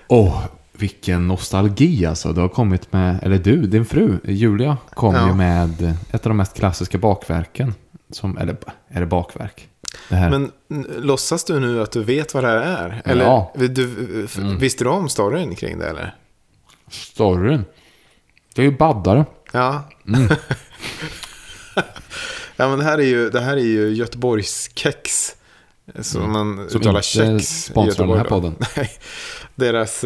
Vilken nostalgi alltså. Du har kommit med, eller din fru Julia kom ju med ett av de mest klassiska bakverken. Eller är det bakverk? Det här. Men låtsas du nu att du vet vad det här är? Eller visste du om storyn kring det eller? Storyn? Det är ju baddare. Ja. Ja, men det här är ju Göteborgs kex. Som man uttalar kex sponsrar den här podden. Nej, deras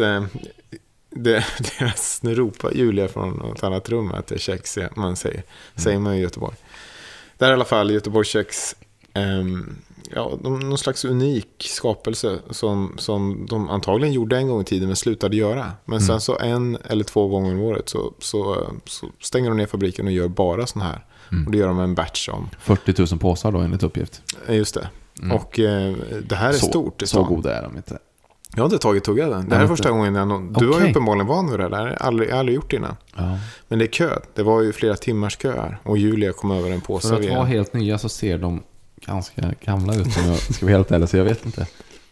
ropa Julia från något annat rum att det är kex man säger man i Göteborg. Det är i alla fall Göteborgs kex. Någon slags unik skapelse som de antagligen gjorde en gång i tiden men slutade göra. Men sen så 1 eller 2 gånger om året så stänger de ner fabriken och gör bara sån här. Och det gör de en batch om 40 000 påsar då enligt uppgift. Just det. Och det här är stort. Så goda är de inte. Jag har inte tagit tugga den. Det här är första gången du har ju uppenbarligen van vid det där. Jag har aldrig gjort det innan. Ja. Men det är kö. Det var ju flera timmars kö här. Och Julia kom över en påse. För att vara helt nya så ser de ganska gamla ut om jag ska vara helt ärlig, så jag vet inte.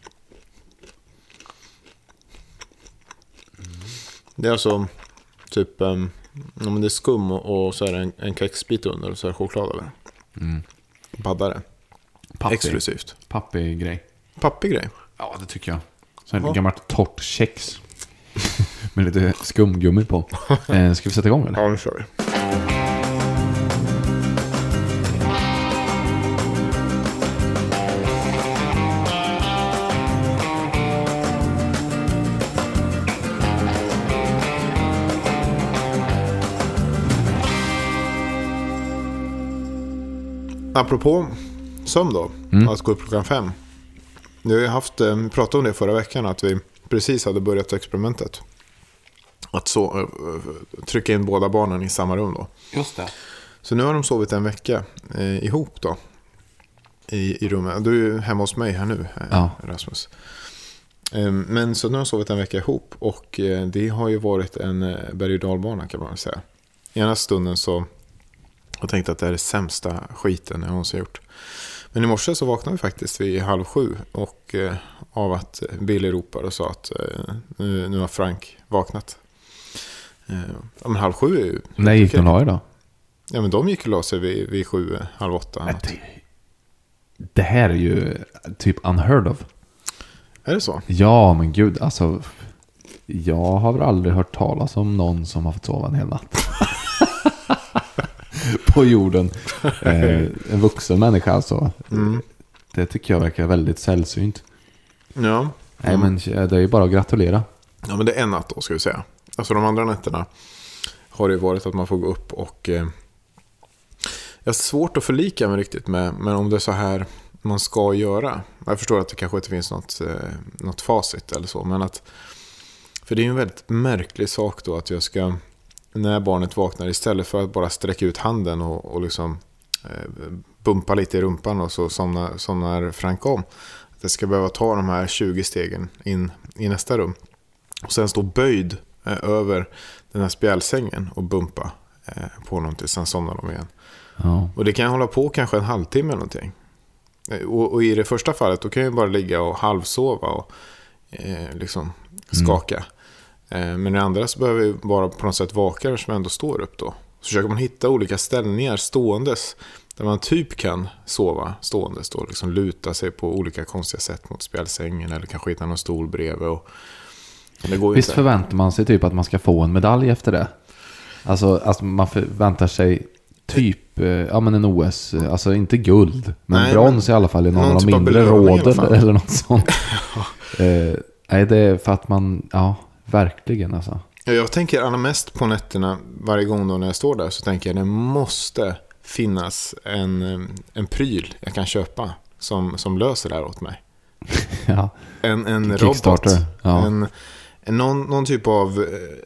Det är alltså typ det är skum och så är det en kexbit under och så är det choklad över. Baddare. Exklusivt. Pappig grej. Pappig grej? Ja, det tycker jag. Så ett gammalt torrt kex med lite skumgummi på. Ska vi sätta igång eller? Ja, nu kör vi. Apropå sömn då, att gå upp klockan 5. Vi har haft, pratade om det förra veckan, att vi precis hade börjat experimentet. Att trycka in båda barnen i samma rum då. Just det. Så nu har de sovit en vecka ihop då. I rummet. Du är ju hemma hos mig här nu, Rasmus. Men så nu har de sovit en vecka ihop. Och det har ju varit en berg- och dalbana kan man säga. I ena stunden så jag tänkte att det är det sämsta skiten jag någonsin gjort. Men i morse så vaknade vi faktiskt vid 6:30 och av att Billy ropade och sa att nu har Frank vaknat. Men 6:30 är ju... När gick de la då? Ja, men de gick och la sig vid 7, 7:30. Det här är ju typ unheard of. Är det så? Ja, men gud, alltså jag har väl aldrig hört talas om någon som har fått sova en hel natt. På jorden. En vuxen människa alltså. Det tycker jag verkar väldigt sällsynt. Ja. Nej, men det är ju bara att gratulera. Ja, men det är en natt då ska vi säga. Alltså de andra nätterna har det varit att man får gå upp och jag har svårt att förlika mig riktigt med, men om det är så här man ska göra. Jag förstår att det kanske inte finns något facit eller så, men att för det är ju en väldigt märklig sak då att jag ska, när barnet vaknar, istället för att bara sträcka ut handen och liksom bumpa lite i rumpan och så somnar Frank om, att jag ska behöva ta de här 20 stegen in i nästa rum och sen stå böjd över den här spjälsängen och bumpa på honom tills sen somnar de igen. Ja. Och det kan hålla på kanske en halvtimme eller någonting. Och i det första fallet då kan jag bara ligga och halvsova och liksom skaka. Men i det andra så behöver vi bara på något sätt vaka som ändå står upp då. Så försöker man hitta olika ställningar ståendes där man typ kan sova ståendes då. Liksom luta sig på olika konstiga sätt mot spjälsängen eller kanske hitta någon stol bredvid. Det går visst inte. Förväntar man sig typ att man ska få en medalj efter det? Alltså man förväntar sig typ men en OS, alltså inte guld, men brons i alla fall i någon av de mindre råden eller något sånt. Nej, det är för att man, verkligen alltså. Jag tänker allra mest på nätterna varje gång då när jag står där, så tänker jag det måste finnas en pryl jag kan köpa som löser det här åt mig. Ja. En robot. Ja. Någon typ av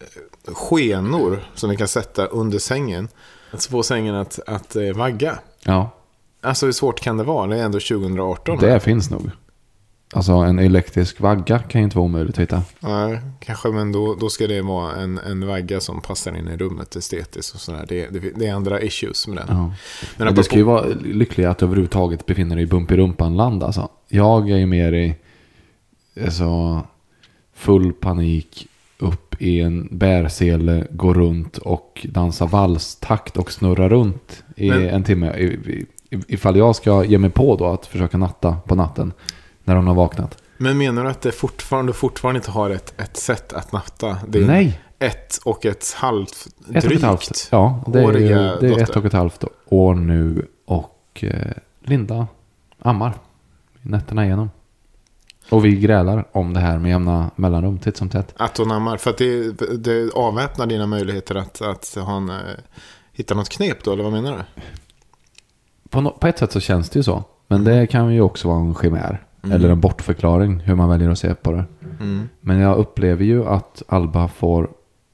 skenor som vi kan sätta under sängen. Att få sängen att vagga. Ja. Alltså hur svårt kan det vara? Det är ändå 2018. Det finns nog. Alltså en elektrisk vagga kan ju inte vara omöjligt att hitta. Nej, kanske, men då ska det vara en vagga som passar in i rummet estetiskt och sådär. Det är andra issues med den. Ja. Men det ska ju vara lyckligt att du överhuvudtaget befinner dig i bump i rumpan land alltså. Jag är ju mer i alltså, full panik upp i en bärsele, gå runt och dansa valstakt och snurra runt i en timme. Ifall jag ska ge mig på då att försöka natta på natten när hon har vaknat. Men menar du att det fortfarande inte har ett sätt att natta? Det är Nej. 1,5 Ett och ett halvt. Ja, det är 1,5 år nu och Linda ammar nätterna igenom. Och vi grälar om det här med jämna mellanrum titt som tätt. Att hon ammar, för att det avväpnar dina möjligheter att hitta något knep då, eller vad menar du? På ett sätt så känns det ju så. Men det kan ju också vara en chimär. Eller en bortförklaring, hur man väljer att se på det. Men jag upplever ju att Alba får...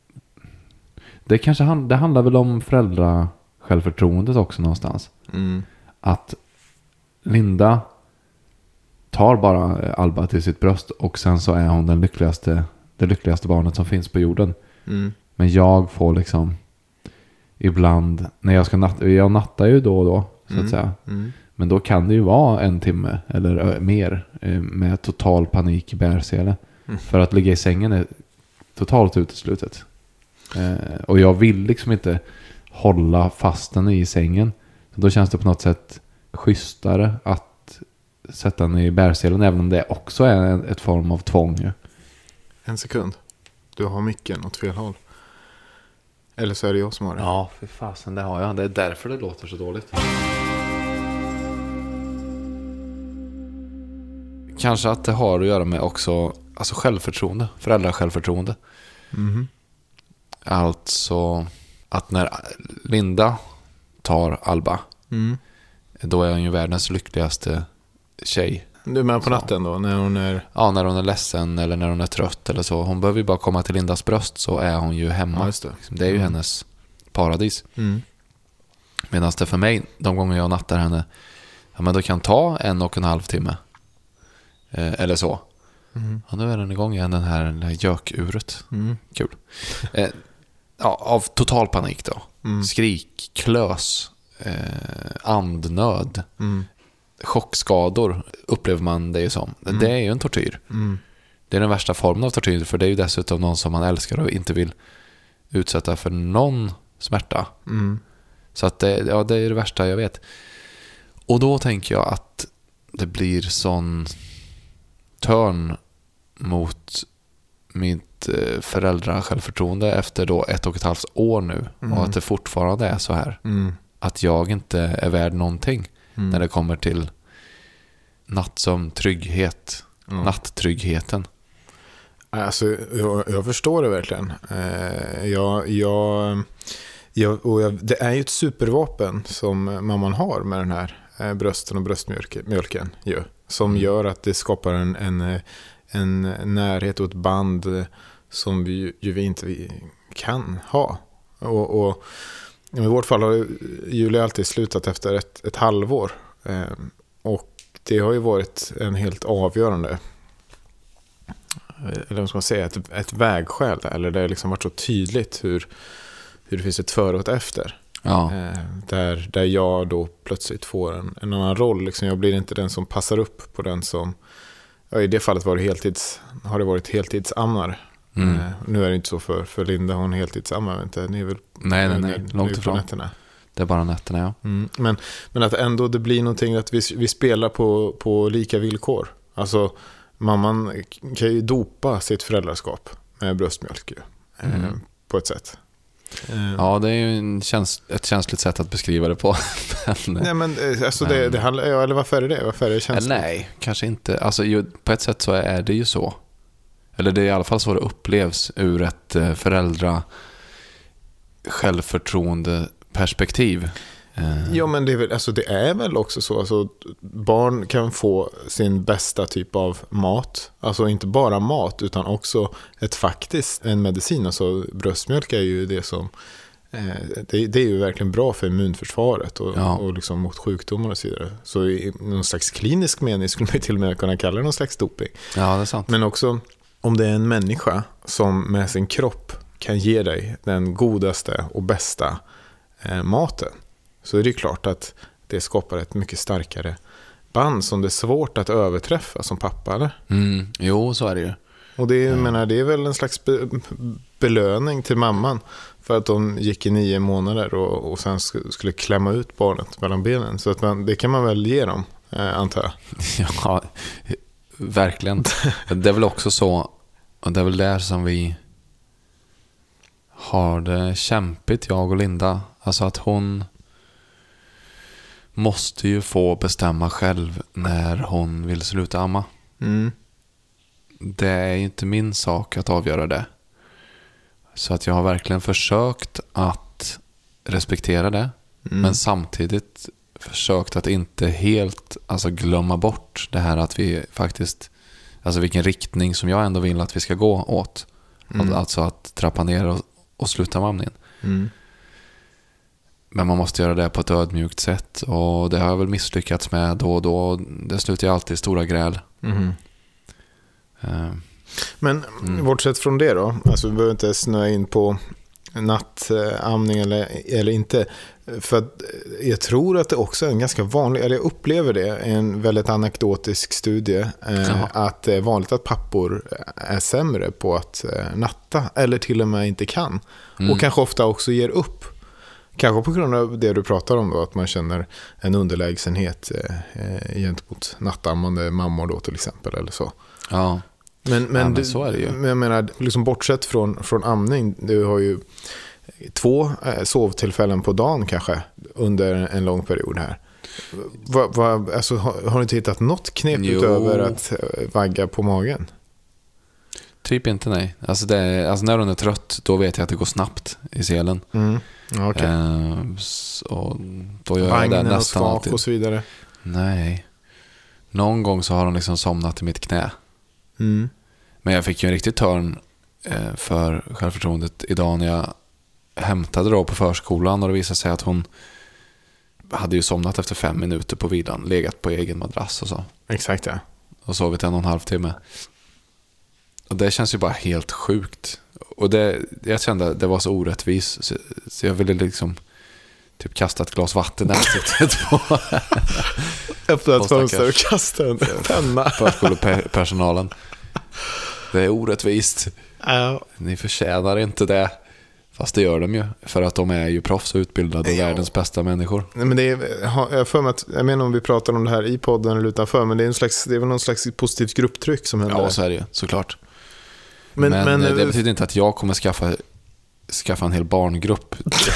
Det handlar väl om självförtroendet också någonstans. Att Linda tar bara Alba till sitt bröst och sen så är hon det lyckligaste barnet som finns på jorden. Men jag får liksom ibland när jag ska jag nattar ju då och då så att säga. Men då kan det ju vara en timme eller mer med total panik i bärsele. För att ligga i sängen är totalt uteslutet. Och jag vill liksom inte hålla fast den i sängen. Så då känns det på något sätt schysstare att sätta den i bärselen, även om det också är ett form av tvång. En sekund. Du har micken åt fel håll. Eller så är det jag som har det. Ja, för fasen, det har jag. Det är därför det låter så dåligt. Kanske att det har att göra med också alltså självförtroende, föräldrasjälvförtroende. Alltså att när Linda tar Alba då är hon ju världens lyckligaste tjej. Du menar på natten då? När hon är... Ja, när hon är ledsen eller när hon är trött eller så. Hon behöver ju bara komma till Lindas bröst så är hon ju hemma. Ja, just det. Det är ju hennes paradis. Medan det för mig, de gånger jag nattar henne, ja, men då kan ta 1,5 timme. Eller så. Ja, nu är den igång igen, den här gökuret. Kul. Ja, av total panik då. Skrik, klös, andnöd, chockskador upplever man det ju som. Det är ju en tortyr. Det är den värsta formen av tortyr, för det är ju dessutom någon som man älskar och inte vill utsätta för någon smärta. Så att det är det värsta jag vet. Och då tänker jag att det blir sån törn mot mitt föräldrasjälvförtroende efter då 1,5 år nu. Och att det fortfarande är så här. Att jag inte är värd någonting när det kommer till nattsömntrygghet. Nattryggheten. Alltså, jag förstår det verkligen. Det är ju ett supervapen som mamman har med den här brösten och bröstmjölken ju, som gör att det skapar en närhet och ett band som vi inte kan ha. Och i vårt fall har Julia alltid slutat efter ett halvår. Och det har ju varit en helt avgörande, eller vad ska man säga, ett vägskäl, eller det har liksom varit så tydligt hur det finns ett före och ett efter. Ja. Där jag då plötsligt får en annan roll. Liksom jag blir inte den som passar upp på den som... Ja, i det fallet har det varit heltidsammare. Nu är det inte så för Linda, hon är heltidsammare. Inte. Ni är väl, nej, långt ifrån. Nätterna. Det är bara nätterna, ja. Men att ändå det blir någonting att vi spelar på lika villkor. Alltså, mamman kan ju dopa sitt föräldraskap med bröstmjölk på ett sätt. Ja, det är ju ett känsligt sätt att beskriva det på. Nej, men alltså det handlar, eller varför är det? Varför är det känsligt? Nej, kanske inte. Alltså på ett sätt så är det ju så. Eller det är i alla fall så det upplevs ur ett självförtroende perspektiv. Ja, men det är väl också så. Alltså, barn kan få sin bästa typ av mat. Alltså inte bara mat utan också en medicin. Alltså bröstmjölk är ju det som det är ju verkligen bra för immunförsvaret och liksom mot sjukdomar och så vidare. Så i någon slags klinisk mening skulle man till och med kunna kalla det någon slags doping. Ja, det är sant. Men också om det är en människa som med sin kropp kan ge dig den godaste och bästa maten, så är det klart att det skapar ett mycket starkare band som det är svårt att överträffa som pappa, eller? Jo, så är det ju. Och det är, det är väl en slags belöning till mamman för att de gick i 9 månader och sen skulle klämma ut barnet mellan benen. Så att det kan man väl ge dem, antar jag. Ja, verkligen. Det är väl också så, och det är väl där som vi har det kämpigt, jag och Linda. Alltså att hon måste ju få bestämma själv när hon vill sluta amma. Det är inte min sak att avgöra det. Så att jag har verkligen försökt att respektera det. Men samtidigt försökt att inte helt glömma bort det här att vi faktiskt, vilken riktning som jag ändå vill att vi ska gå åt. Alltså att trappa ner och sluta med amningen. Men man måste göra det på ett ödmjukt sätt. Och det har jag väl misslyckats med då och då. Det slutar ju alltid i stora gräl. Men bortsett från det då, vi behöver inte snöa in på nattamning eller inte, för att jag tror att det också är en ganska vanlig, eller jag upplever det, en väldigt anekdotisk studie, att det är vanligt att pappor är sämre på att natta, eller till och med inte kan, och kanske ofta också ger upp. Kanske på grund av det du pratar om då, att man känner en underlägsenhet gentemot nattammande mammor då till exempel, eller så. Ja. Men så är det ju. Men jag menar, liksom bortsett från amning, du har ju 2 sovtillfällen på dagen kanske under en lång period här. Har du inte hittat något knep utöver att vagga på magen? Typ inte, nej. När hon är trött, då vet jag att det går snabbt i selen. Okay. Och då gör jag det nästan alltid. Och så vidare. Nej. Någon gång så har hon liksom somnat i mitt knä. Men jag fick ju en riktig törn för självförtroendet idag när jag hämtade då på förskolan, och det visade sig att hon hade ju somnat efter 5 minuter på vilan, legat på egen madrass och så. Exakt, ja. Och sovit 1,5 timme. Och det känns ju bara helt sjukt. Och jag kände det var så orättvis, så jag ville liksom typ kasta ett glas vatten i ansiktet på öppna ett fönster och kasta en penna. Förskolepersonalen. Det är orättvist. Ja. Ni förtjänar inte det. Fast det gör de ju. För att de är ju proffs och utbildade och världens bästa människor. Nej, men jag menar om vi pratar om det här i podden eller utanför, men det är väl någon slags positivt grupptryck som händer. Ja, så är det ju, såklart. Men det betyder inte att jag kommer skaffa en hel barngrupp.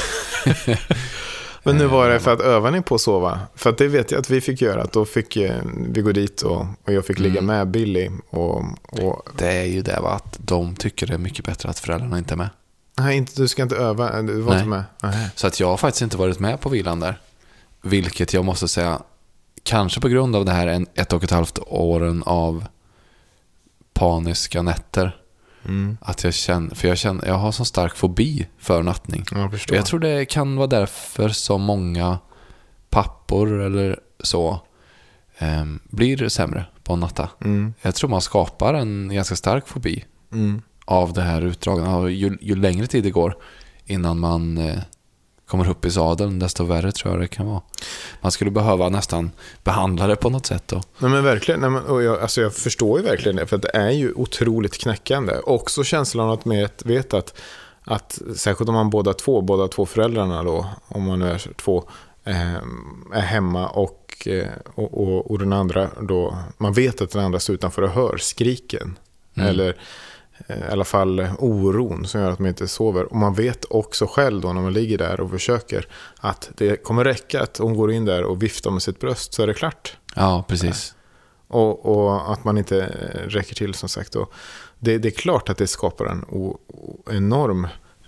Men nu var det för att öva ni på att sova. För att det vet jag att vi fick göra. Att då fick vi gå dit och jag fick ligga med Billy. Och... Det är ju det, va? Att de tycker det är mycket bättre att föräldrarna inte är med. Nej, du ska inte öva. Du var inte med. Nej. Så att jag har faktiskt inte varit med på vilan där. Vilket jag måste säga, kanske på grund av det här 1,5 åren av paniska nätter. Att jag har så stark fobi för nattning. Jag tror det kan vara därför så många pappor eller så blir sämre på att natta. Jag tror man skapar en ganska stark fobi av det här utdragen. Ju längre tid det går innan man kommer upp i sadeln, desto värre tror jag det kan vara. Man skulle behöva nästan behandla det på något sätt då. Nej, men verkligen. Jag förstår ju verkligen det, för att det är ju otroligt knäckande. Också känslan att veta att särskilt om man båda två föräldrarna då, om man nu är 2, är hemma och den andra då, man vet att den andra står utanför och hör skriken eller i alla fall oron som gör att man inte sover. Och man vet också själv då när man ligger där och försöker att det kommer räcka att hon går in där och viftar med sitt bröst, så är det klart. Ja, precis. Och att man inte räcker till, som sagt. Och det är klart att det skapar en enorm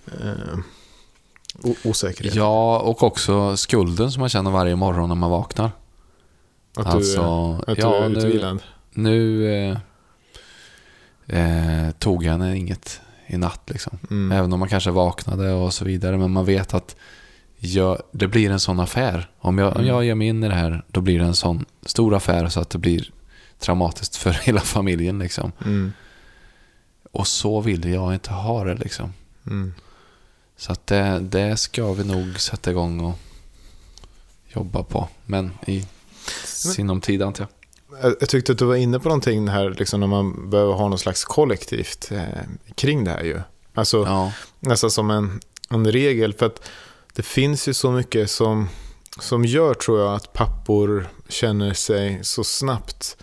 osäkerhet. Ja, och också skulden som man känner varje morgon när man vaknar. Att du är utvilad. Nu tog jag henne inget i natt liksom. Även om man kanske vaknade och så vidare, men man vet att det blir en sån affär. Om jag ger mig in i det här, då blir det en sån stor affär så att det blir traumatiskt för hela familjen liksom. Och så vill jag inte ha det liksom. Så att det ska vi nog sätta igång och jobba på, men i sinom tid, antar jag. jag tyckte att du var inne på någonting här, liksom, när man behöver ha någon slags kollektivt kring det här ju. Alltså nästan som en regel, för att det finns ju så mycket som gör, tror jag, att pappor känner sig så snabbt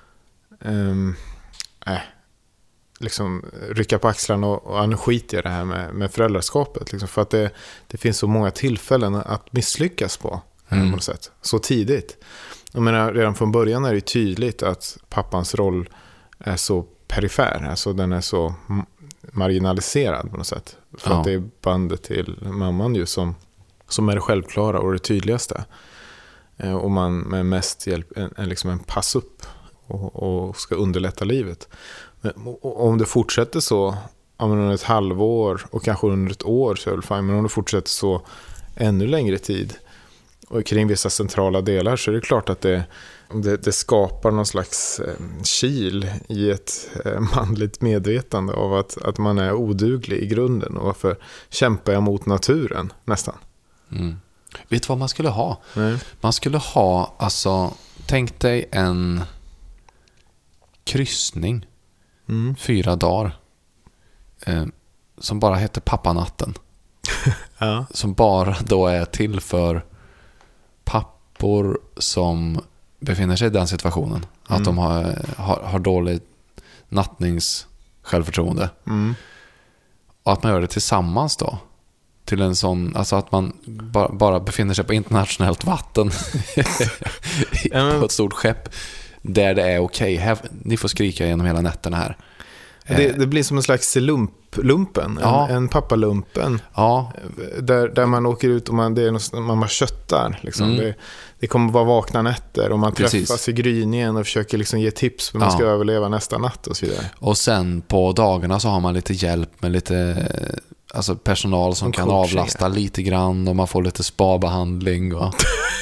liksom rycka på axlarna och nu skiter jag det här med föräldraskapet, liksom, för att det finns så många tillfällen att misslyckas på något sätt, så tidigt. Jag menar, redan från början är det tydligt att pappans roll är så perifer, alltså den är så marginaliserad på något sätt, för att det är bandet till mamman ju som är det självklara och det tydligaste, och man med mest hjälp liksom en pass upp och ska underlätta livet. Men om det fortsätter så under ett halvår och kanske under ett år, så är det fine, men om det fortsätter så ännu längre tid och kring vissa centrala delar, så är det klart att det skapar någon slags kil i ett manligt medvetande av att man är oduglig i grunden, och varför kämpar jag mot naturen nästan. Vet du vad man skulle ha? Nej. Man skulle ha, alltså, tänk dig en kryssning 4 dagar som bara heter Pappanatten. Som bara då är till för pappor som befinner sig i den situationen, att de har dåligt nattningssjälvförtroende, och att man gör det tillsammans då, till en sån, alltså att man bara befinner sig på internationellt vatten på ett stort skepp där det är okej. Ni får skrika genom hela nätterna här. Det blir som en slags lumpen, en pappalumpen, där man åker ut och man köttar liksom. Det kommer vara vakna nätter och man träffas i gryningen och försöker liksom ge tips på hur man ska överleva nästa natt och så vidare. Och sen på dagarna så har man lite hjälp med lite, alltså personal som kan avlasta lite grann, och man får lite spabehandling och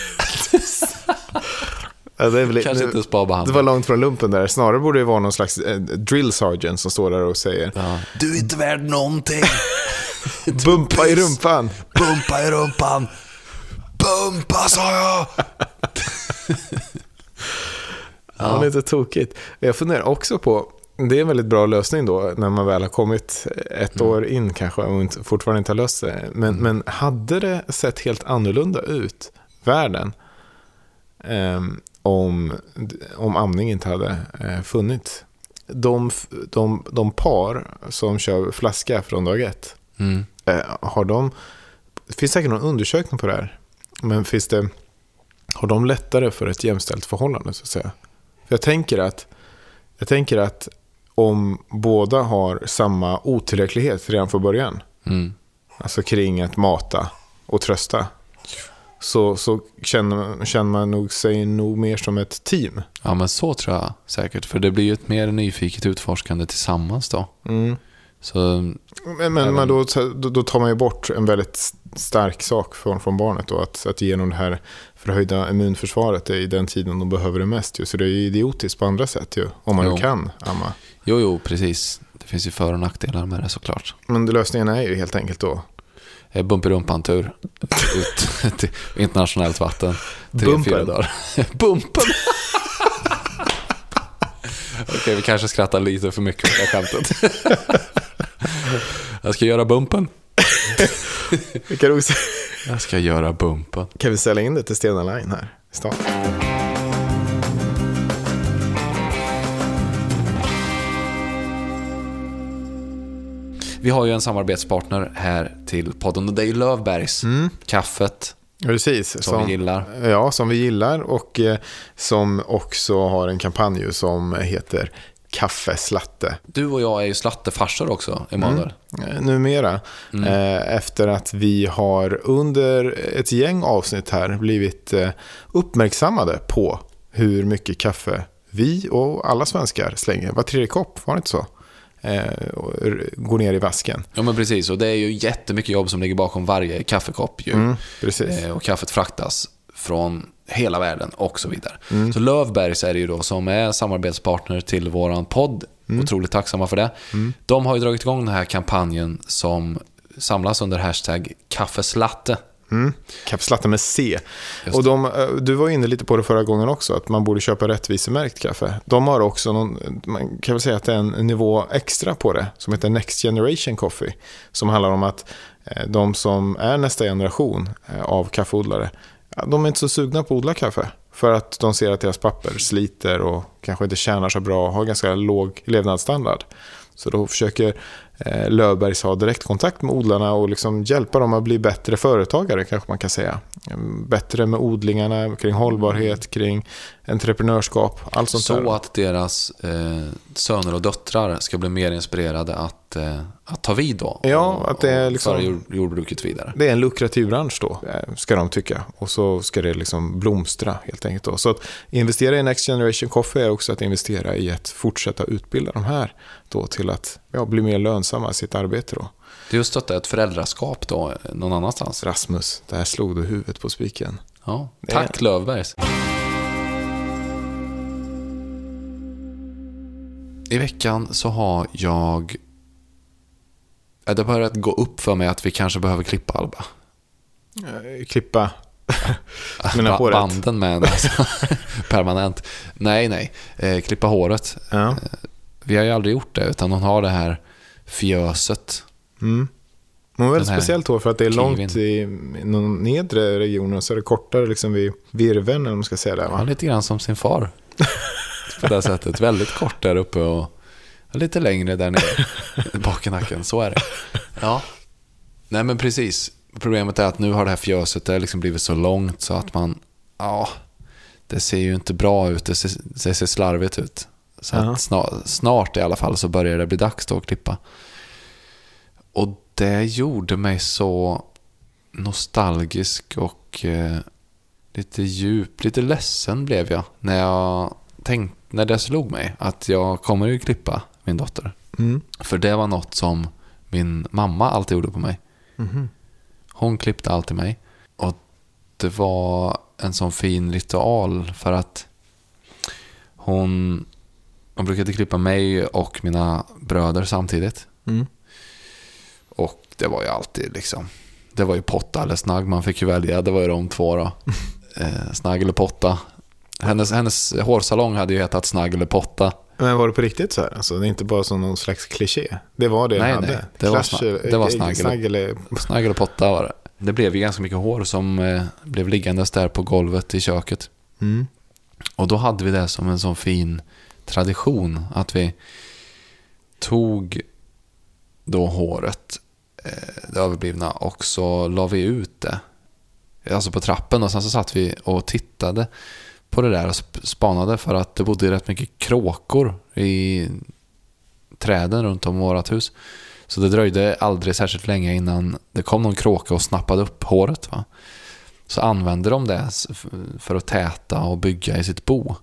kanske inte spabehandling. Det var långt från lumpen där. Snarare borde det vara någon slags drill sergeant som står där och säger du är inte värd någonting. Bumpa i rumpan. Bumpa i rumpan. Bumpa, sa jag. Det är lite tokigt. Jag funderar också på, det är en väldigt bra lösning då, när man väl har kommit ett år in kanske och fortfarande inte har löst det. Men hade det sett helt annorlunda ut, världen, om amning inte hade funnits? De par som kör flaska från dag 1, finns säkert någon undersökning på det här, men har de lättare för ett jämställt förhållande, så att säga? För jag tänker att om båda har samma otillräcklighet redan från början, alltså kring att mata och trösta, så känner man nog sig mer som ett team. Ja, men så tror jag säkert. För det blir ju ett mer nyfiket utforskande tillsammans då. Så, men då tar man ju bort en väldigt stark sak från barnet då, att ge dem det här förhöjda immunförsvaret i den tiden de behöver det mest ju. Så det är ju idiotiskt på andra sätt ju, om man kan amma. Jo, precis. Det finns ju för- och nackdelar med det, såklart. Men lösningen är ju helt enkelt då bump i rumpan-tur ut till internationellt vatten 3-4 dagar. Bumpen! Okej, vi kanske skrattar lite för mycket på det skämtet. Jag ska göra bumpen. Jag ska göra bumpen. Kan vi sälja in det till Stena Line här i stan? Vi har ju en samarbetspartner här till podden, och det är ju Löfbergs. Kaffet. Precis, som vi gillar. Ja, som vi gillar, och som också har en kampanj som heter Kaffeslatte. Du och jag är ju slattefarsor också, Emanuel. Numera. Efter att vi har under ett gäng avsnitt här blivit uppmärksammade på hur mycket kaffe vi och alla svenskar slänger. Var 3 kopp, var det inte så? Går ner i vasken. Ja, men precis, och det är ju jättemycket jobb som ligger bakom varje kaffekopp ju. Precis. Och kaffet fraktas från hela världen och så vidare. Så Löfbergs är det ju då som är samarbetspartner till våran podd. Otroligt tacksamma för det. De har ju dragit igång den här kampanjen som samlas under hashtag kaffeslatte. Kaffeslatte med C. Och du var inne lite på det förra gången också, att man borde köpa rättvisemärkt kaffe. De har också man kan väl säga att det är en nivå extra på det, som heter Next Generation Coffee, som handlar om att de som är nästa generation av kaffeodlare, de är inte så sugna på att odla kaffe, för att de ser att deras papper sliter och kanske inte tjänar så bra och har ganska låg levnadsstandard. Så då försöker Löfbergs ha direktkontakt med odlarna och liksom hjälpa dem att bli bättre företagare, kanske man kan säga. Bättre med odlingarna, kring hållbarhet, kring entreprenörskap, allt sånt där. Så att deras söner och döttrar ska bli mer inspirerade att ta vid då. Ja, att det är liksom, föra jordbruket vidare. Det är en lukrativ bransch då, ska de tycka. Och så ska det liksom blomstra helt enkelt då. Så att investera i Next Generation Coffee är också att investera i att fortsätta utbilda de här då till att bli mer lönsamma i sitt arbete då. Det är just att det är ett föräldraskap då någon annanstans. Rasmus, där slog du huvudet på spiken. Ja, tack Löfbergs. I veckan så har det börjat gå upp för mig att vi kanske behöver klippa Alba. Klippa håret. Banden med alltså. Permanent. Nej. Klippa håret. Ja. Vi har ju aldrig gjort det, utan hon har det här fjöset. Hon har väldigt speciellt hår för att det är långt i någon nedre region, så är det kortare liksom vid virven, eller man ska säga det, va? Ja, lite grann som sin far. På det sättet. Väldigt kort där uppe och lite längre där nere bak i nacken. Så är det. Ja. Nej, men precis. Problemet är att nu har det här fjöset liksom blivit så långt så att det ser ju inte bra ut. Det ser slarvigt ut. Så att snart i alla fall så börjar det bli dags då att klippa. Och det gjorde mig så nostalgisk och lite djup, lite ledsen blev jag när det slog mig att jag kommer ju klippa min dotter. För det var något som min mamma alltid gjorde på mig. Hon klippte alltid mig. Och det var en sån fin ritual, för att hon brukade klippa mig och mina bröder samtidigt. Och det var ju alltid liksom, det var ju potta eller snagg, man fick ju välja, det var ju de två då. Snagg eller potta. Hennes hårsalong hade ju hetat snagg eller potta. Men var det på riktigt så här? Alltså, det är inte bara som någon slags kliché. Det var det jag hade. Nej, det var snagg eller potta var det. Det blev ju ganska mycket hår som blev liggandes där på golvet i köket. Och då hade vi det som en sån fin tradition, att vi tog då håret, det överblivna, och så la vi ut det alltså på trappen, och sen så satt vi och tittade på det där och spanade, för att det bodde rätt mycket kråkor i träden runt om vårat hus. Så det dröjde aldrig särskilt länge innan det kom någon kråka och snappade upp håret, va? Så använde de det för att täta och bygga i sitt bo,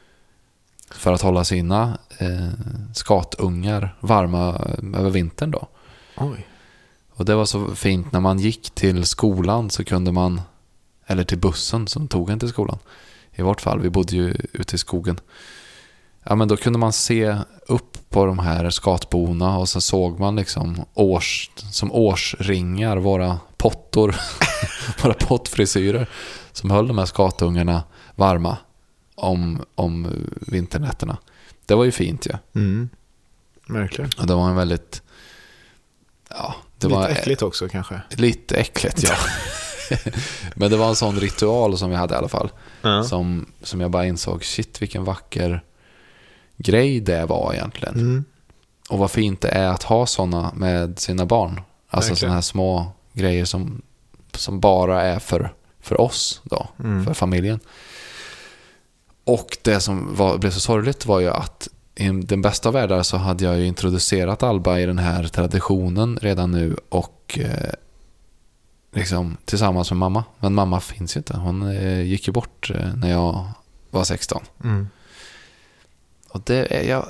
för att hålla sina skatungar varma över vintern då. Oj. Och det var så fint när man gick till skolan, så kunde man, eller till bussen som tog en till skolan. I vart fall, vi bodde ju ute i skogen. Ja, men då kunde man se upp på de här skatborna, och så såg man liksom som årsringar våra pottor, våra pottfrisyrer som höll de här skatungarna varma om vinternätterna. Det var ju fint ju. Verkligen. Och det var en väldigt det lite var äckligt också kanske. Lite äckligt, ja. Men det var en sån ritual som vi hade i alla fall. Som jag bara insåg, shit vilken vacker grej det var egentligen. Och vad fint det är att ha såna med sina barn. Alltså såna här små grejer som bara är för oss då, för familjen. Och det som blev så sorgligt var ju att i den bästa av världar så hade jag ju introducerat Alba i den här traditionen redan nu, och liksom tillsammans med mamma. Men mamma finns ju inte. Hon gick ju bort när jag var 16. Och det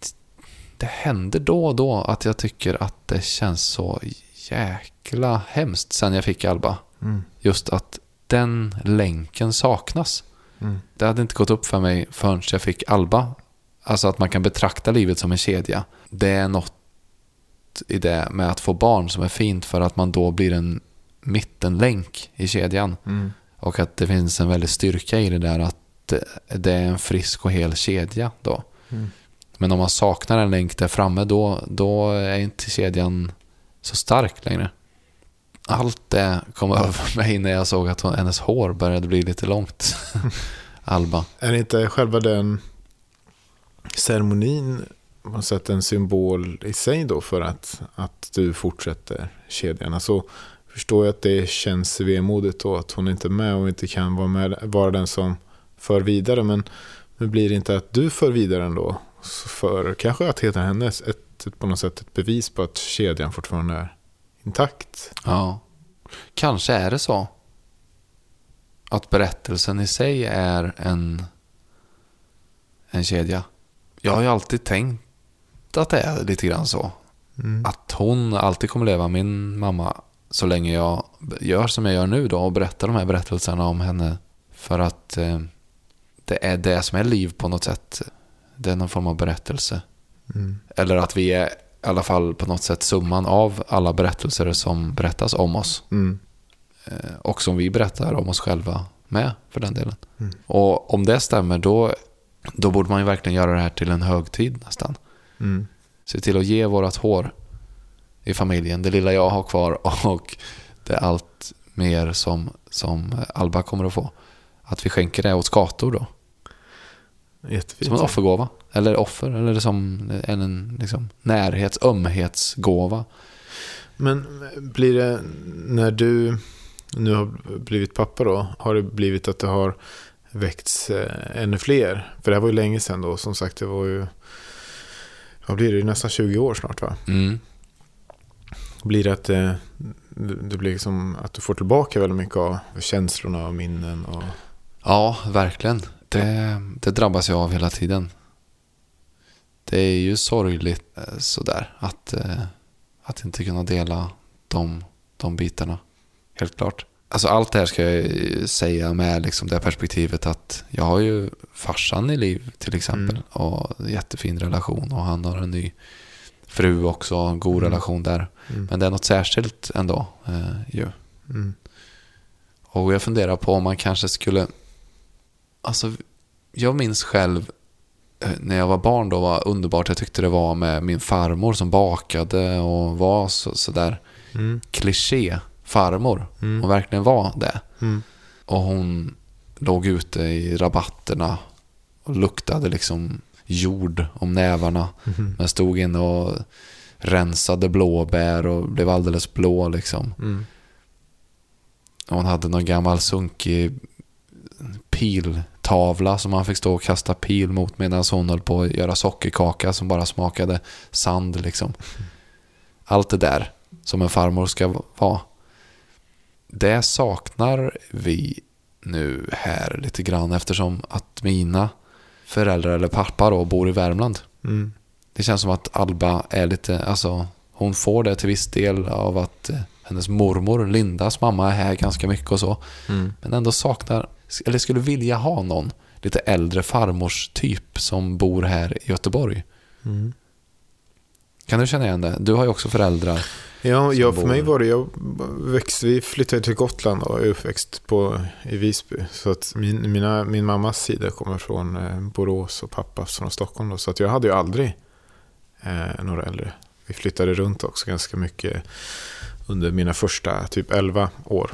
händer då och då att jag tycker att det känns så jäkla hemskt sen jag fick Alba. Just att den länken saknas. Det hade inte gått upp för mig förrän jag fick Alba. Alltså att man kan betrakta livet som en kedja. Det är något i det med att få barn som är fint, för att man då blir en mittenlänk i kedjan. Och att det finns en väldigt styrka i det där att det är en frisk och hel kedja då. Men om man saknar en länk där framme då är inte kedjan så stark längre. Allt det kom över mig när jag såg att hennes hår började bli lite långt. Alba. Är det inte själva den ceremonin man sett en symbol i sig då för att du fortsätter kedjan? Alltså förstår jag att det känns vemodigt då att hon inte är med och inte kan vara den som för vidare, men blir det inte att du för vidare ändå? För kanske att heter hennes på något sätt ett bevis på att kedjan fortfarande är intakt. Ja, kanske är det så att berättelsen i sig är en kedja. Jag har ju alltid tänkt att det är lite grann så. Att hon alltid kommer leva, min mamma, så länge jag gör som jag gör nu då och berättar de här berättelserna om henne, för att det är det som är liv på något sätt. Det är någon form av berättelse. Eller att vi är i alla fall på något sätt summan av alla berättelser som berättas om oss. Och som vi berättar om oss själva med, för den delen. Och om det stämmer, då borde man ju verkligen göra det här till en högtid nästan. Se till att ge vårat hår i familjen, det lilla jag har kvar, och det är allt mer som Alba kommer att få. Att vi skänker det åt skator då. Jättefint. Som en offergåva. Eller som en liksom ömhetsgåva. Men blir det, när du nu har blivit pappa då, har det blivit att det har väckts ännu fler? För det här var ju länge sedan då, som sagt, det var ju, vad blir det, nästan 20 år snart, va? Blir det att det blir liksom att du får tillbaka väldigt mycket av känslorna och minnen och... Ja, verkligen. Det drabbas jag av hela tiden. Det är ju sorgligt sådär att inte kunna dela de bitarna. Helt klart. Alltså allt det här ska jag säga med liksom det perspektivet att jag har ju farsan i liv till exempel, och jättefin relation, och han har en ny fru också, en god relation där. Men det är något särskilt ändå ju. Och jag funderar på om man kanske skulle, alltså jag minns själv när jag var barn då, var underbart jag tyckte det var med min farmor som bakade och var så där kliché farmor. Hon verkligen var det. Och hon låg ute i rabatterna och luktade liksom jord om nävarna. Men stod in och rensade blåbär och blev alldeles blå liksom. Och hon hade någon gammal sunkig piltavla som man fick stå och kasta pil mot medan hon höll på att göra sockerkaka som bara smakade sand liksom. Allt det där som en farmor ska vara. Det saknar vi nu här lite grann, eftersom att mina föräldrar eller pappa då bor i Värmland. Det känns som att Alba är lite, alltså hon får det till viss del av att hennes mormor, Lindas mamma, är här ganska mycket och så. Men ändå saknar, eller skulle vilja ha någon lite äldre farmors typ som bor här i Göteborg. Kan du känna igen det? Du har ju också föräldrar. Ja, för mig var det, vi flyttade till Gotland och är uppväxt i Visby. Så att min mammas sida kommer från Borås och pappa från Stockholm då. Så att jag hade ju aldrig några äldre. Vi flyttade runt också ganska mycket under mina första typ 11 år.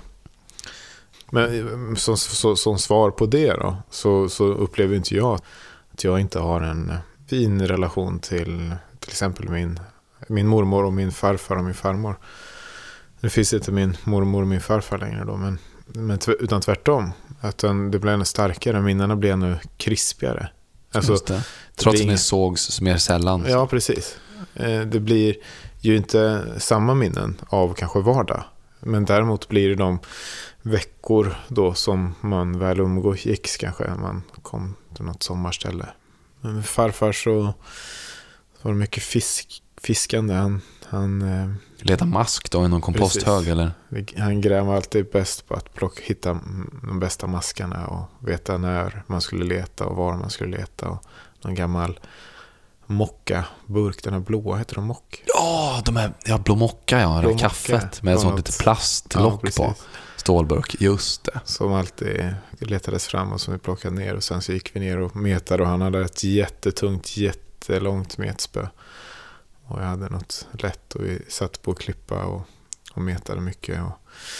Men som svar på det då, så upplever inte jag att jag inte har en fin relation till exempel min mormor och min farfar och min farmor. Nu finns inte min mormor och min farfar längre då, men utan tvärtom. Att det blir ännu starkare, minnena blir ännu krispigare. Alltså, just det. Trots att ni sågs mer sällan. Ja, precis. Det blir ju inte samma minnen av kanske vardag. Men däremot blir det de veckor då som man väl umgicks kanske. Man kom till något sommarställe. Men med farfar så var det mycket fiskande. Han leta mask då i någon komposthög eller? Han grävde alltid bäst på att hitta de bästa maskarna och veta när man skulle leta och var man skulle leta. Och någon gammal mocka-burk, den här blåa, heter de mock? Ja, blå mocka, ja. Blå det kaffet med sånt lite plastlock på. Stålburk, just det. Som alltid letades fram och som vi plockade ner. Och sen så gick vi ner och metade och han hade ett jättetungt, jättelångt metspö. Och jag hade något lätt och vi satt på att klippa och metade mycket. Och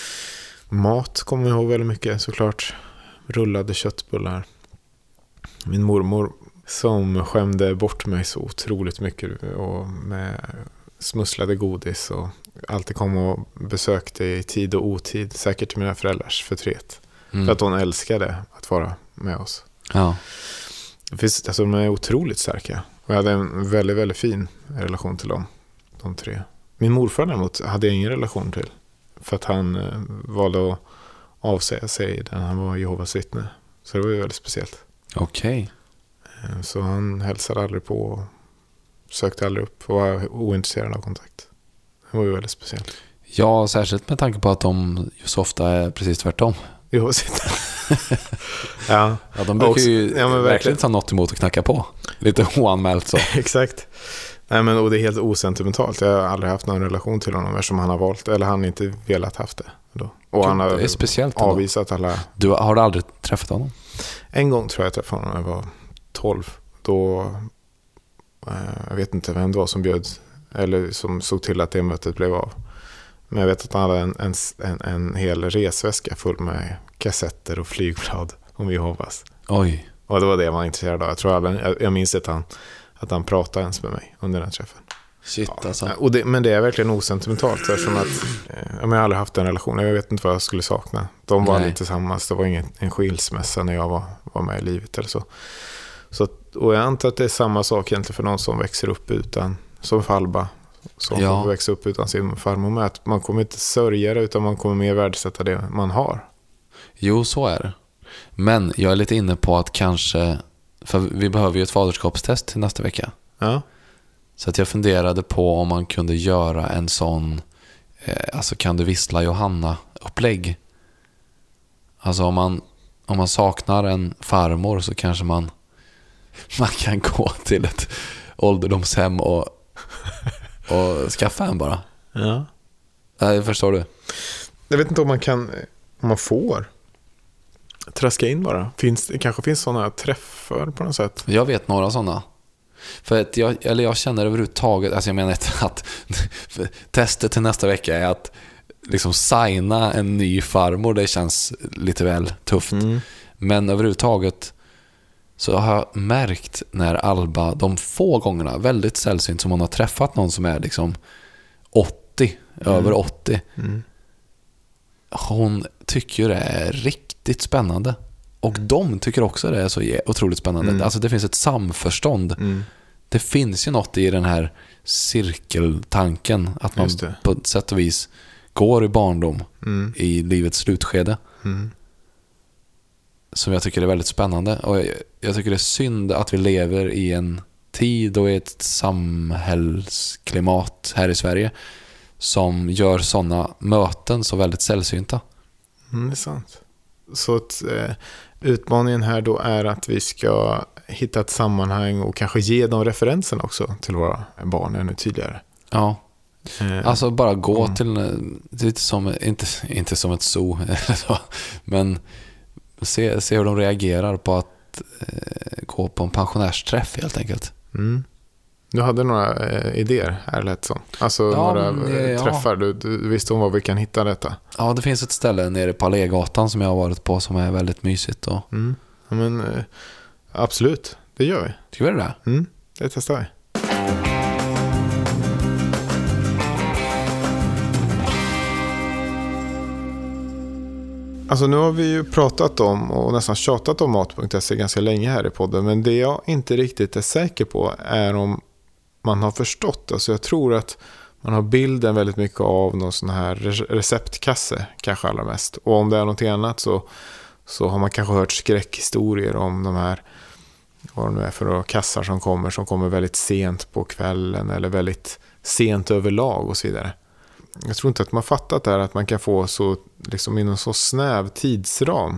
mat kommer jag ihåg väldigt mycket såklart. Rullade köttbullar. Min mormor som skämde bort mig så otroligt mycket och med smusslade godis och alltid kom och besökte i tid och otid, säkert till mina föräldrars förtret. För att hon älskade att vara med oss. Ja. Alltså, de är otroligt starka. Och jag hade en väldigt, väldigt fin relation till dem, de tre. Min morfar däremot hade jag ingen relation till. För att han valde att avsäga sig när han var Jehovas vittne. Så det var ju väldigt speciellt. Okej. Så han hälsade aldrig på och sökte aldrig upp och var ointresserad av kontakt. Det var ju väldigt speciellt. Ja, särskilt med tanke på att de ju så ofta är precis tvärtom. Jehovas vittne. Ja, de brukar ju verkligen ta något emot att knacka på. Lite oanmält så. Exakt. Nej, men, och det är helt osentimentalt. Jag har aldrig haft någon relation till honom eftersom han har valt, eller han inte velat haft det då. Och han har speciellt avvisat alla. Har du aldrig träffat honom? En gång tror jag träffade honom när jag var 12. Då jag vet inte vem det var som bjöd eller som såg till att det mötet blev av. Men jag vet att han hade en hel resväska full med kassetter och flygblad om Jehovas. Oj. Och det var det jag var intresserad av. Jag minns att han pratade ens med mig under den träffen. Shit, alltså. Men det är verkligen osentimentalt eftersom att jag har aldrig haft en relation. Jag vet inte vad jag skulle sakna. De var lite tillsammans. Det var en skilsmässa när jag var med i livet eller så. Och jag antar att det är samma sak egentligen för någon som växer upp utan, som Falba, som får växa upp utan sin farmor med. Att man kommer inte sörja det utan man kommer mer värdesätta det man har. Jo, så är det. Men jag är lite inne på att kanske, för vi behöver ju ett faderskapstest till nästa vecka. Ja. Så att jag funderade på om man kunde göra en sån, alltså kan du vissla Johanna-upplägg. Alltså om man saknar en farmor så kanske man kan gå till ett ålderdomshem och skaffa en bara. Ja. Förstår du? Jag vet inte om man får traska in bara. Det kanske finns sådana träffar på något sätt. Jag vet några sådana. För att jag känner överhuvudtaget, alltså jag menar inte att testet till nästa vecka är att liksom signa en ny farmor, det känns lite väl tufft. Men överhuvudtaget så har jag märkt när Alba, de få gångerna, väldigt sällsynt som hon har träffat någon som är liksom 80, över 80. Hon tycker ju det är riktigt spännande. Och de tycker också det är så otroligt spännande. Alltså det finns ett samförstånd. Det finns ju något i den här cirkeltanken att man på ett sätt och vis går i barndom i livets slutskede. Som jag tycker är väldigt spännande. Och jag tycker det är synd att vi lever i en tid och i ett samhällsklimat här i Sverige som gör sådana möten så väldigt sällsynta. Det är sant. Så att utmaningen här då är att vi ska hitta ett sammanhang och kanske ge de referenserna också till våra barn ännu tydligare. Ja. Alltså bara gå till lite som, inte som ett zoo men se hur de reagerar på att gå på en pensionärsträff helt enkelt. Du hade några idéer här lätt som. Alltså några träffar. Du visste om var vi kan hitta detta. Ja, det finns ett ställe nere på Allégatan som jag har varit på som är väldigt mysigt. Och... Ja, men absolut, det gör vi. Tycker vi det? Det testar vi. Alltså nu har vi ju pratat om och nästan tjatat om mat.se ganska länge här i podden. Men det jag inte riktigt är säker på är om man har förstått. Alltså jag tror att man har bilden väldigt mycket av någon sån här receptkasse kanske allra mest. Och om det är någonting annat så har man kanske hört skräckhistorier om de här, vad det nu är för kassar som kommer väldigt sent på kvällen eller väldigt sent överlag och så vidare. Jag tror inte att man fattat det här att man kan få så liksom inom så snäv tidsram.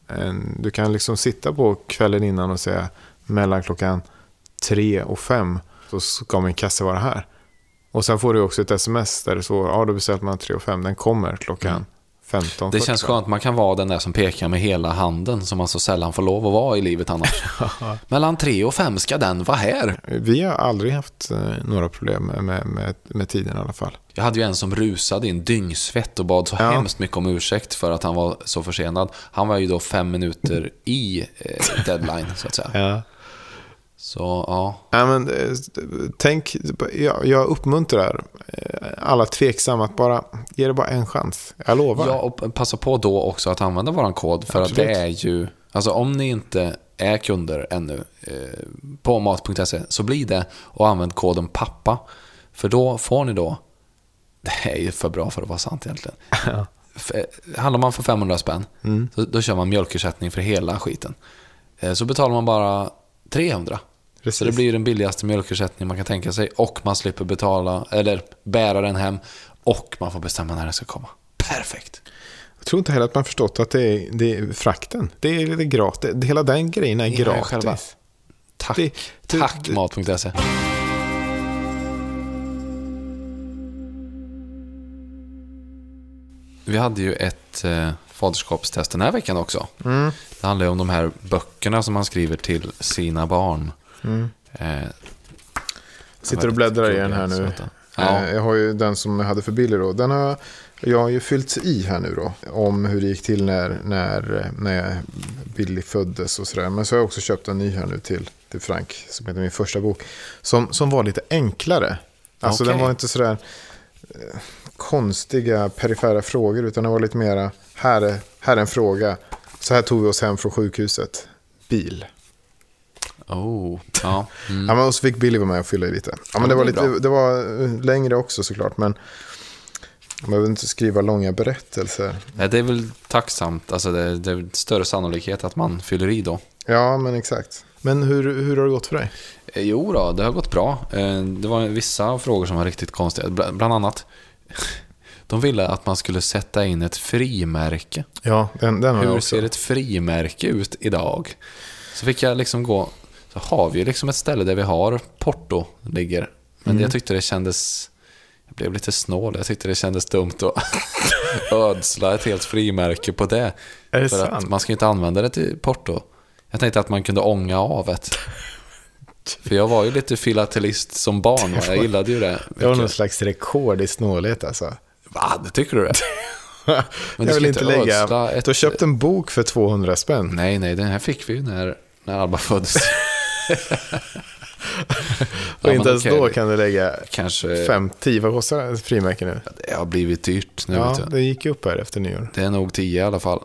Du kan liksom sitta på kvällen innan och säga mellan klockan 3 och 5 så ska min kasse vara här. Och sen får du också ett sms där det står, då beställt man 3 och 5, den kommer klockan 15:40. Det känns skönt, man kan vara den där som pekar med hela handen som man så sällan får lov att vara i livet annars. Mellan 3 och 5 ska den vara här. Vi har aldrig haft några problem med tiden i alla fall. Jag hade ju en som rusade in dyngsvett och bad så hemskt mycket om ursäkt för att han var så försenad. Han var ju då 5 minuter i deadline så att säga. Ja. Så ja. Men tänk, jag uppmuntrar alla tveksamma att bara ge det bara en chans. Jag lovar. Ja, och passa på då också att använda våran kod för Absolut. att det är ju, alltså om ni inte är kunder ännu på mat.se så blir det och använd koden pappa, för då får ni då, det är ju för bra för att vara sant egentligen. Ja. Handlar man för 500 spänn så då kör man mjölkersättning för hela skiten. Så betalar man bara 300. Precis. Så det blir den billigaste mjölkersättning man kan tänka sig, och man slipper betala eller bära den hem, och man får bestämma när den ska komma. Perfekt. Jag tror inte heller att man förstått att det är frakten. Det är lite gratis. Hela den grejen är gratis. Själva. Tack. Tack mat.se. Vi hade ju ett faderskapstest den här veckan också. Det handlar ju om de här böckerna som man skriver till sina barn. Sitter och bläddrar i den här nu. Jag har ju den som jag hade för Billy då. Den har jag ju fyllt i här nu då. Om hur det gick till när Billy föddes och sådär. Men så har jag också köpt en ny här nu till Frank, som heter min första bok. Som var lite enklare. Alltså den var inte sådär konstiga perifera frågor, utan det var lite mera, här är en fråga. Så här tog vi oss hem från sjukhuset. Bil. Ja. Ja, men och så fick Billy vara med och fylla i lite. Ja, men det var längre också såklart, men man behöver inte skriva långa berättelser. Ja, det är väl tacksamt. Alltså det är större sannolikhet att man fyller i då. Ja, men exakt. Men hur har det gått för dig? Jo då, det har gått bra. Det var vissa frågor som var riktigt konstiga. Bland annat, de ville att man skulle sätta in ett frimärke. Ja, den har jag Hur också. ser ett frimärke ut idag? Så fick jag liksom gå. Så har vi liksom ett ställe där vi har porto ligger. Men jag tyckte det kändes, jag blev lite snål. Jag tyckte det kändes dumt att ödsla ett helt frimärke på det. Är det för sant? att man ska inte använda det till porto. Jag tänkte att man kunde ånga av ett. För jag var ju lite filatelist som barn. Jag gillade ju det. Det var någon slags rekord i snålhet alltså. Va, det tycker du det? Men jag vill inte lägga. Du har köpt en bok för 200 spänn. Nej, den här fick vi ju när Alba föddes. Och inte ens då kan du lägga kanske 5-10. Vad kostar frimärken nu? Det har blivit dyrt nu. Ja, det gick upp här efter nyår. Det är nog 10 i alla fall.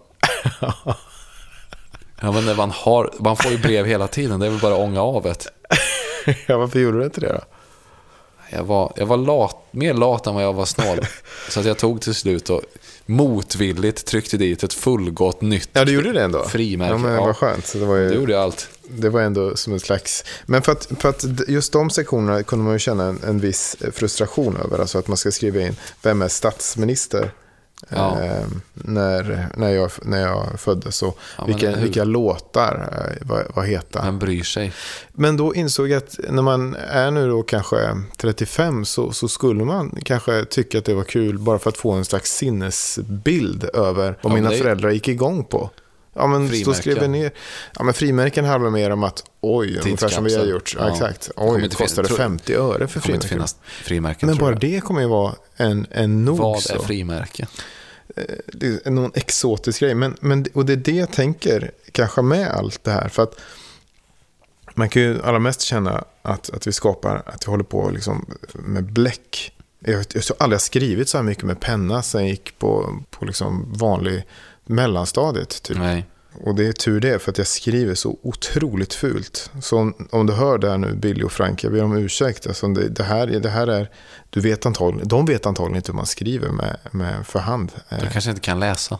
Ja, men man får ju brev hela tiden. Det är väl bara ånga av ett. Ja, varför gjorde du inte det då? Jag var mer lat än vad jag var snål. Så att jag tog till slut och motvilligt tryckte dit ett fullgott nytt. Ja, du gjorde det ändå. Frimärke. Ja, men det var skönt. Så det var ju, det gjorde jag allt. Det var ändå som en slags. Men för att just de sektionerna kunde man ju känna en viss frustration över. Alltså att man ska skriva in vem är statsminister. Ja. När jag föddes och vilka låtar vad heter. Man bryr sig. Men då insåg jag att när man är nu då kanske 35 så skulle man kanske tycka att det var kul bara för att få en slags sinnesbild över vad mina föräldrar gick igång på. Ja, men frimärken. Då skrev vi ner. Ja, men frimärken handlar mer om att ungefär som vi har gjort. Ja, exakt. Det kostade 50 öre för frimärken. Men bara det kommer ju vara en nog. Vad är frimärke? Det är någon exotisk grej. Och det är det jag tänker kanske med allt det här. För att man kan ju allra mest känna att vi skapar, att vi håller på liksom med bläck. Jag har aldrig skrivit så här mycket med penna sen jag gick på liksom vanlig mellanstadiet typ. Nej. Och det är tur det, för att jag skriver så otroligt fult. Så om du hör det här nu, Billy och Frank, jag ber om ursäkt. Alltså det här är, de vet antagligen inte hur man skriver med för hand. De kanske inte kan läsa.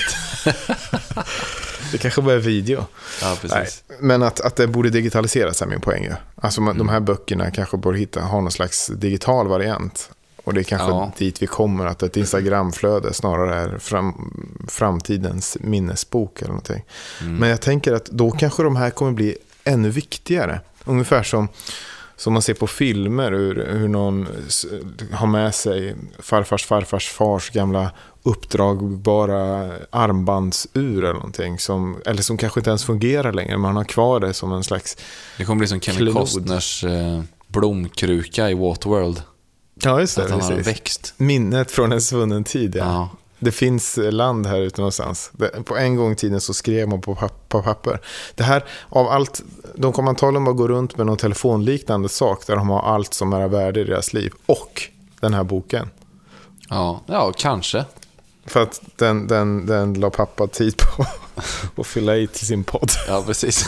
Det kanske bara är video. Ja, precis. Nej, men att det borde digitaliseras är min poäng. Alltså de här böckerna kanske borde ha någon slags digital variant. Och det är kanske dit vi kommer, att ett Instagramflöde snarare är framtidens minnesbok eller någonting. Men jag tänker att då kanske de här kommer bli ännu viktigare. Ungefär som som man ser på filmer, hur någon har med sig farfars fars gamla uppdragbara armbandsur eller någonting eller som kanske inte ens fungerar längre, man har kvar det som en slags det kommer bli som Kevin Costners blomkruka i Waterworld. Ja, just det. Att han har växt. Minnet från en svunnen tid, ja. Ja. Det finns land här ute någonstans. På en gång i tiden så skrev man på papper. Det här, av allt, de kommer antagligen bara gå runt med någon telefonliknande sak där de har allt som är värde i deras liv. Och den här boken. Ja, kanske. För att den la pappa tid på att fylla i till sin podd. Ja, precis.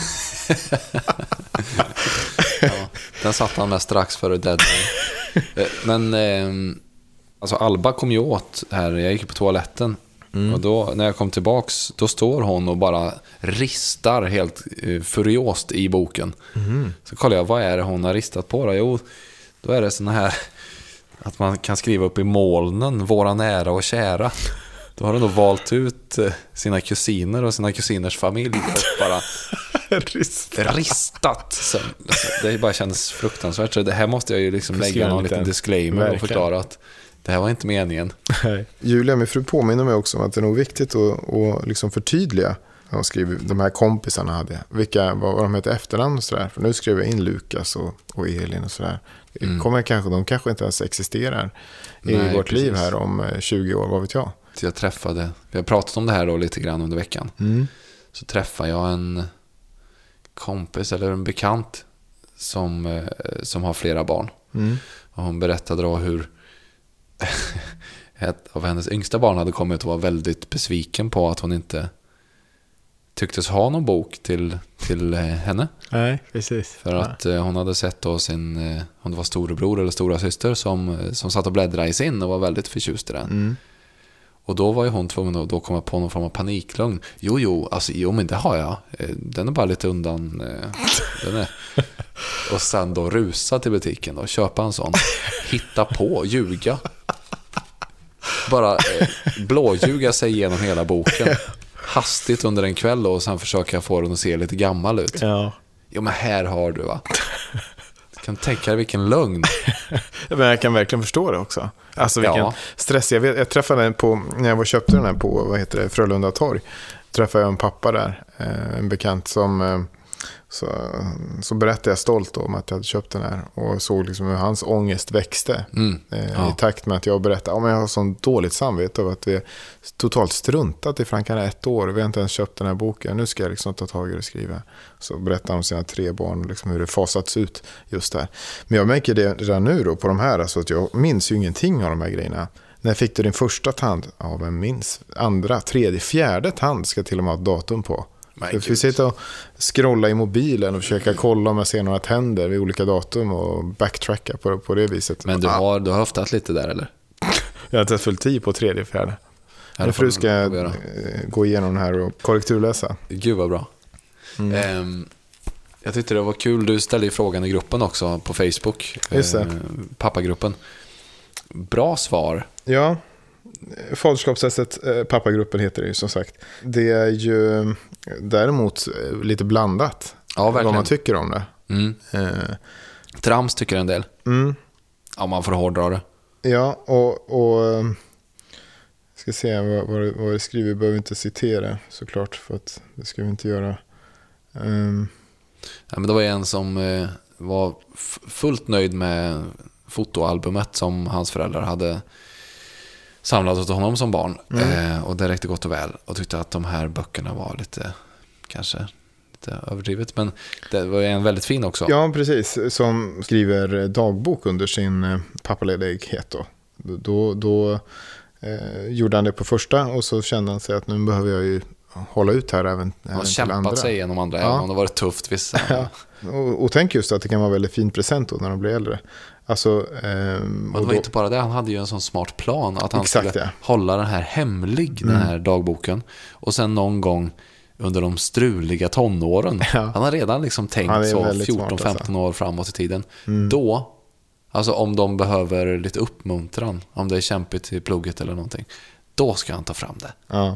Den satt han med strax före deadline. Men alltså Alba kom ju åt här. Jag gick på toaletten. Och då när jag kom tillbaks, då står hon och bara ristar helt furiost i boken. Så kollar jag, vad är det hon har ristat på då? Jo, då är det såna här att man kan skriva upp i molnen, våra nära och kära. Då har hon då valt ut sina kusiner och sina kusiners familj och bara ristat. Så, det bara känns fruktansvärt. Så det här måste jag ju liksom lägga någon liten disclaimer och förklara att det här var inte meningen. Julia, min fru, påminner mig också om att det är nog viktigt att liksom förtydliga. Jag skriver, de här kompisarna hade, vad de heter efternamn och sådär. För nu skriver jag in Lukas och Elin och sådär. De kanske inte ens existerar i vårt liv här om 20 år, vad vet jag. Så vi har pratat om det här då lite grann under veckan. Så träffade jag en kompis eller en bekant som har flera barn. Och hon berättade då hur ett av hennes yngsta barn hade kommit och var väldigt besviken på att hon inte tycktes ha någon bok till henne. Nej, precis. För att hon hade sett då om det var storebror eller stora syster som satt och bläddrade i sin och var väldigt förtjust i den. Och då var ju hon tvungen att då komma på någon form av paniklugn. Jo, men det har jag. Den är bara lite undan. Och sen då rusa till butiken och köpa en sån. Hitta på, ljuga. Bara blåljuga sig igenom hela boken. Hastigt under en kväll och sen försöka få den att se lite gammal ut. Ja. Jo, men här har du, va? Du kan tänka dig vilken lögn. Men jag kan verkligen förstå det också. Alltså vilken stress. Jag träffade den på, när jag köpte den här på Frölunda torg. Träffade jag en pappa där, en bekant som så berättade jag stolt om att jag hade köpt den här och såg liksom hur hans ångest växte i takt med att jag berättade men jag har sån dåligt samvete av att vi totalt struntat i Frankrike 1 år och vi har inte ens köpt den här boken. Nu ska jag liksom ta tag i det och skriva. Så berättade han om sina 3 barn liksom hur det fasats ut just där. Men jag märker det redan nu då på de här, alltså att jag minns ju ingenting av de här grejerna. När fick du din första tand? Ja, vem minns? Andra, tredje, fjärde tand ska till och med ha ett datum på. Du får sitta och scrolla i mobilen och försöka kolla om jag ser några tänder vid olika datum och backtracka på det viset. Men du har höftat lite där, eller? Jag har tagit full 10 på tredje, fjärde. Därför ska jag gå igenom den här och korrekturläsa. Gud vad bra. Jag tyckte det var kul. Du ställde ju frågan i gruppen också på Facebook. Just det. Pappagruppen. Bra svar. Ja. Faderskapstestet, pappagruppen heter det ju som sagt. Det är ju däremot lite blandat. Ja, verkligen. Vad man tycker om det. Trams tycker en del. Ja, man får hårdra det. Ja, och ska se vad det skriver. Vi behöver inte citera såklart, för att det ska vi inte göra. Ja, men det var en som var fullt nöjd med fotoalbumet som hans föräldrar hade samlat åt honom som barn. Och det räckte gott och väl. Och tyckte att de här böckerna var kanske lite överdrivet. Men det var en väldigt fin också. Ja, precis. Som skriver dagbok under sin pappaledighet då gjorde han det på första. Och så kände han sig att nu behöver jag ju hålla ut här även till andra. Han har kämpat sig igenom andra. Även om det varit tufft vissa. Ja. Och tänk just att det kan vara väldigt fin present då när de blir äldre. Alltså, men det var inte bara det, han hade ju en sån smart plan att han skulle hålla den här hemlig, den här dagboken. Och sen någon gång under de struliga tonåren, han har redan liksom tänkt så 14-15 år framåt i tiden. Då, alltså om de behöver lite uppmuntran, om det är kämpigt i plugget eller någonting, då ska han ta fram det.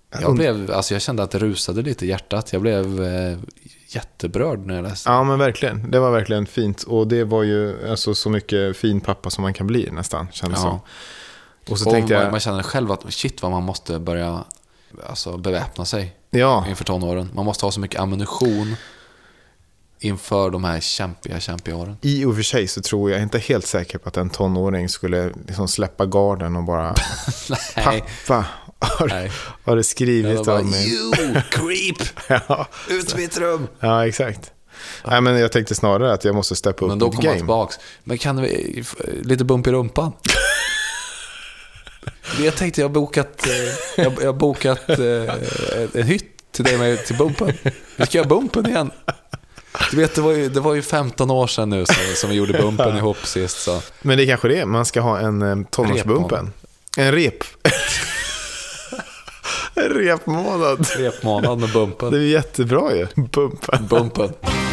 Jag kände att det rusade lite i hjärtat. Jag blev jätteberörd när jag läste. Ja, men verkligen. Det var verkligen fint. Och det var ju alltså så mycket fin pappa som man kan bli nästan, kändes som. Och så tänkte jag... Man känner själv att shit vad man måste börja beväpna sig inför tonåren. Man måste ha så mycket ammunition inför de här kämpiga åren. I och för sig så tror jag inte helt säker på att en tonåring skulle liksom släppa garden och bara pappa har det skrivit om mig. You creep! Ut i mitt rum! Ja, exakt. Nej, men jag tänkte snarare att jag måste steppa upp. Men då kommer man tillbaks. Men kan vi lite bump i rumpan? Jag tänkte jag har bokat en hytt till dig med till bumpen. Vi ska göra bumpen igen. Du vet, det var ju 15 år sedan nu som vi gjorde bumpen ihop sist. Så. Men det är kanske det. Man ska ha en tonårsbumpen. En repmånad. Repmånad med bumpen. Det är jättebra ju. Bumpen.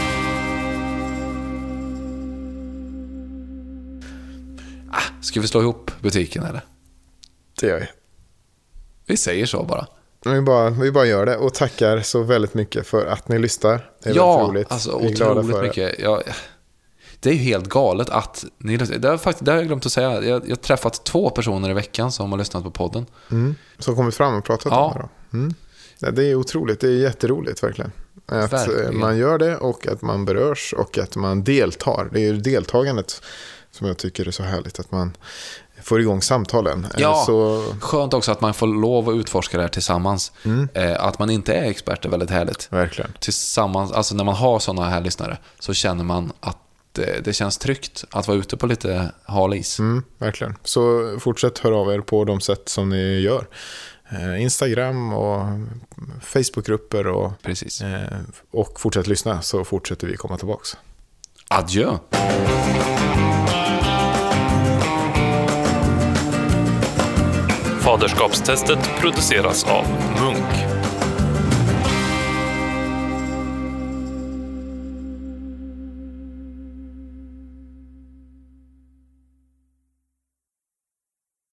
Ska vi slå ihop butiken eller? Det gör vi. Vi säger så bara. Vi bara gör det och tackar så väldigt mycket för att ni lyssnar. Det är väldigt roligt. Alltså otroligt mycket. Det är ju helt galet att ni lyssnar. Det har jag glömt att säga. Jag har träffat 2 personer i veckan som har lyssnat på podden. Som kommit fram och pratat om det då. Det är otroligt. Det är jätteroligt verkligen. Att man gör det och att man berörs och att man deltar. Det är ju deltagandet som jag tycker är så härligt, att man får igång samtalen. Skönt också att man får lov att utforska det här tillsammans. Att man inte är expert är väldigt härligt. Verkligen. Tillsammans, alltså när man har sådana här lyssnare så känner man att det känns tryggt att vara ute på lite hal is. Verkligen. Så fortsätt höra av er på de sätt som ni gör. Instagram och Facebookgrupper och, precis. Och fortsätt lyssna, så fortsätter vi komma tillbaka. Adjö. Faderskapstestet produceras av Munk.